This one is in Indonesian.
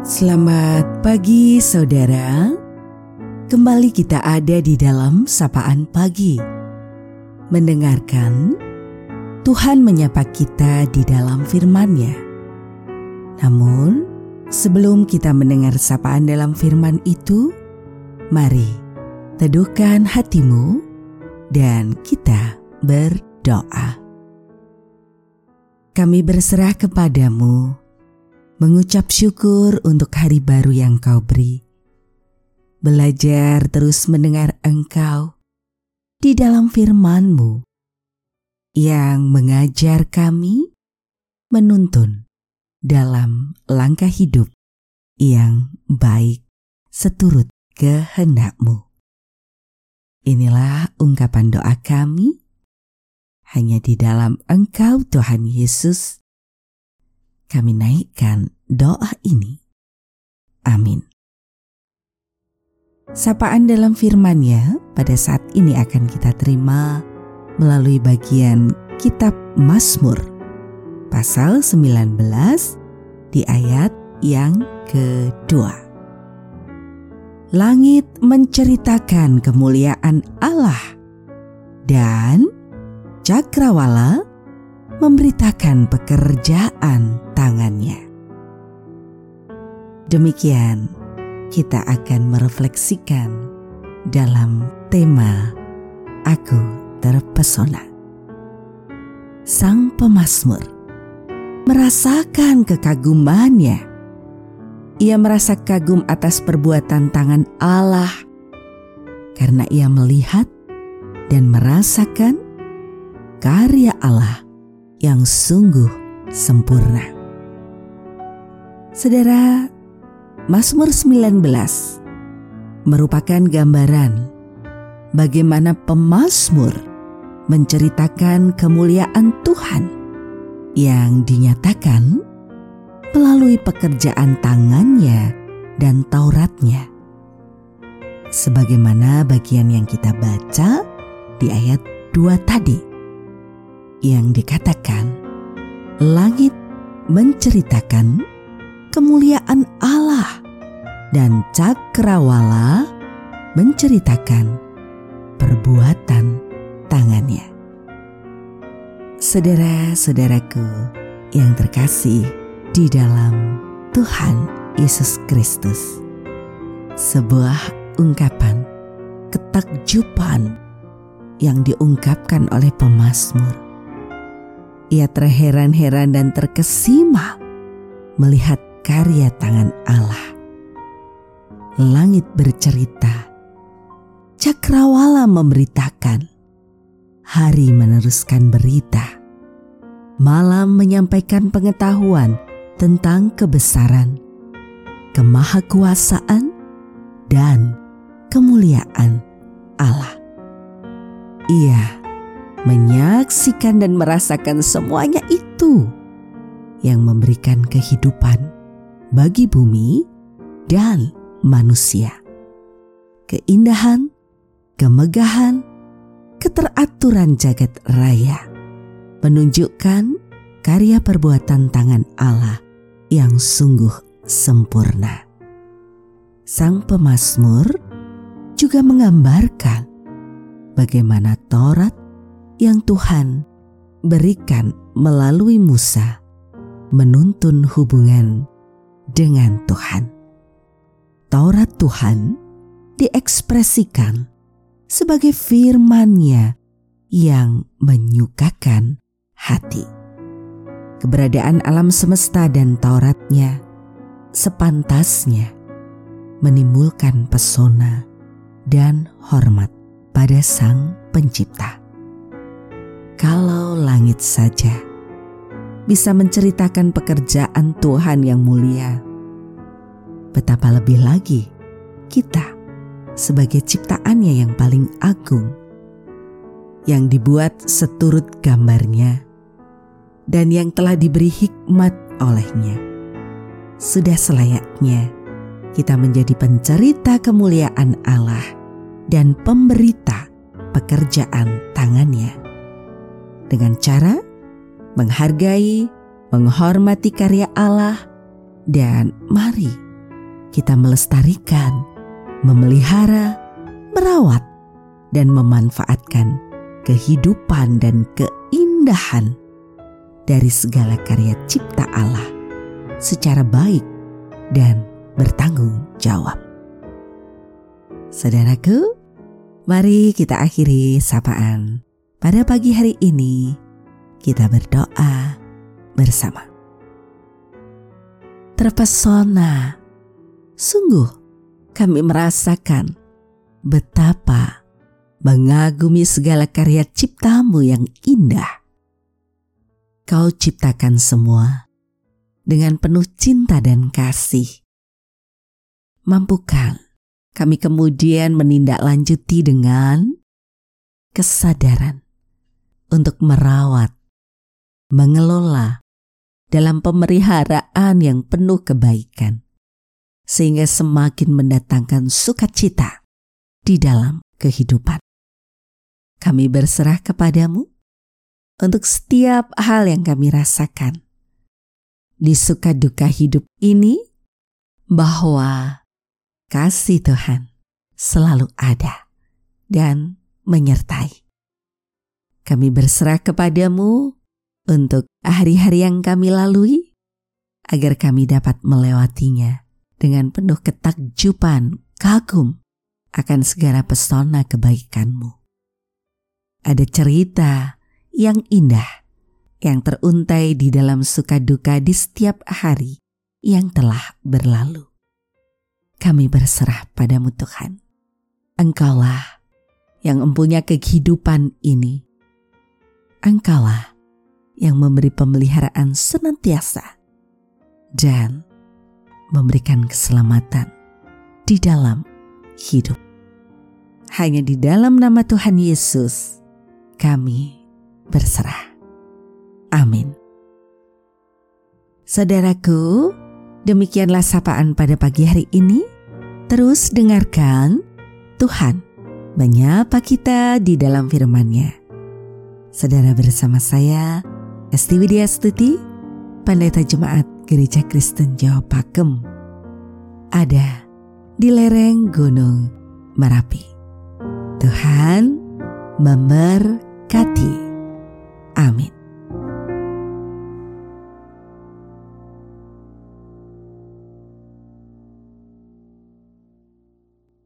Selamat pagi saudara. Kembali kita ada di dalam Sapaan Pagi. Mendengarkan Tuhan menyapa kita di dalam firman-Nya. Namun sebelum kita mendengar sapaan dalam firman itu, mari teduhkan hatimu dan kita berdoa. Kami berserah kepadamu, mengucap syukur untuk hari baru yang Kau beri. Belajar terus mendengar Engkau di dalam firman-Mu yang mengajar kami menuntun dalam langkah hidup yang baik seturut kehendak-Mu. Inilah ungkapan doa kami. Hanya di dalam Engkau Tuhan Yesus kami naikkan doa ini. Amin. Sapaan dalam firman-Nya pada saat ini akan kita terima melalui bagian kitab Mazmur pasal 19 di ayat yang kedua. Langit menceritakan kemuliaan Allah dan cakrawala memberitakan pekerjaan tangannya. Demikian kita akan merefleksikan dalam tema Aku Terpesona. Sang pemazmur merasakan kekagumannya. Ia merasa kagum atas perbuatan tangan Allah karena ia melihat dan merasakan karya Allah yang sungguh sempurna. Saudara, Mazmur 19 merupakan gambaran bagaimana pemazmur menceritakan kemuliaan Tuhan yang dinyatakan melalui pekerjaan tangannya dan Tauratnya. Sebagaimana bagian yang kita baca di ayat 2 tadi, yang dikatakan, langit menceritakan kemuliaan Allah dan cakrawala menceritakan perbuatan tangannya. Saudara-saudaraku yang terkasih di dalam Tuhan Yesus Kristus, sebuah ungkapan ketakjuban yang diungkapkan oleh pemazmur. Ia terheran-heran dan terkesima melihat karya tangan Allah. Langit bercerita, cakrawala memberitakan, hari meneruskan berita, malam menyampaikan pengetahuan tentang kebesaran, kemahakuasaan, dan kemuliaan Allah. Ia menyaksikan dan merasakan semuanya itu yang memberikan kehidupan bagi bumi dan manusia. Keindahan, kemegahan, keteraturan jagat raya menunjukkan karya perbuatan tangan Allah yang sungguh sempurna. Sang pemazmur juga menggambarkan bagaimana Taurat yang Tuhan berikan melalui Musa menuntun hubungan dengan Tuhan. Taurat Tuhan diekspresikan sebagai firman-Nya yang menyukakan hati. Keberadaan alam semesta dan Taurat-Nya sepantasnya menimbulkan pesona dan hormat pada Sang Pencipta. Kalau langit saja bisa menceritakan pekerjaan Tuhan yang mulia, betapa lebih lagi kita sebagai ciptaan-Nya yang paling agung, yang dibuat seturut gambar-Nya dan yang telah diberi hikmat oleh-Nya. Sudah selayaknya kita menjadi pencerita kemuliaan Allah dan pemberita pekerjaan tangan-Nya, dengan cara menghargai, menghormati karya Allah, dan mari kita melestarikan, memelihara, merawat, dan memanfaatkan kehidupan dan keindahan dari segala karya cipta Allah secara baik dan bertanggung jawab. Saudaraku, mari kita akhiri sapaan pada pagi hari ini. Kita berdoa bersama. Terpesona, sungguh kami merasakan betapa mengagumi segala karya ciptamu yang indah. Kau ciptakan semua dengan penuh cinta dan kasih. Mampukan kami kemudian menindaklanjuti dengan kesadaran untuk merawat, mengelola dalam pemeliharaan yang penuh kebaikan, sehingga semakin mendatangkan sukacita di dalam kehidupan. Kami berserah kepadamu untuk setiap hal yang kami rasakan di suka duka hidup ini, bahwa kasih Tuhan selalu ada dan menyertai. Kami berserah kepadamu untuk hari-hari yang kami lalui, agar kami dapat melewatinya dengan penuh ketakjuban, kagum akan segala pesona kebaikan-Mu. Ada cerita yang indah yang teruntai di dalam suka duka di setiap hari yang telah berlalu. Kami berserah padamu Tuhan. Engkaulah yang mempunyai kehidupan ini. Engkaulah yang memberi pemeliharaan senantiasa dan memberikan keselamatan di dalam hidup. Hanya di dalam nama Tuhan Yesus kami berserah. Amin. Saudaraku, demikianlah sapaan pada pagi hari ini. Terus dengarkan Tuhan menyapa kita di dalam firman-Nya. Saudara, bersama saya Esti Widyastuti, Pendeta Jemaat Gereja Kristen Jawa Pakem, ada di lereng Gunung Merapi. Tuhan memberkati. Amin.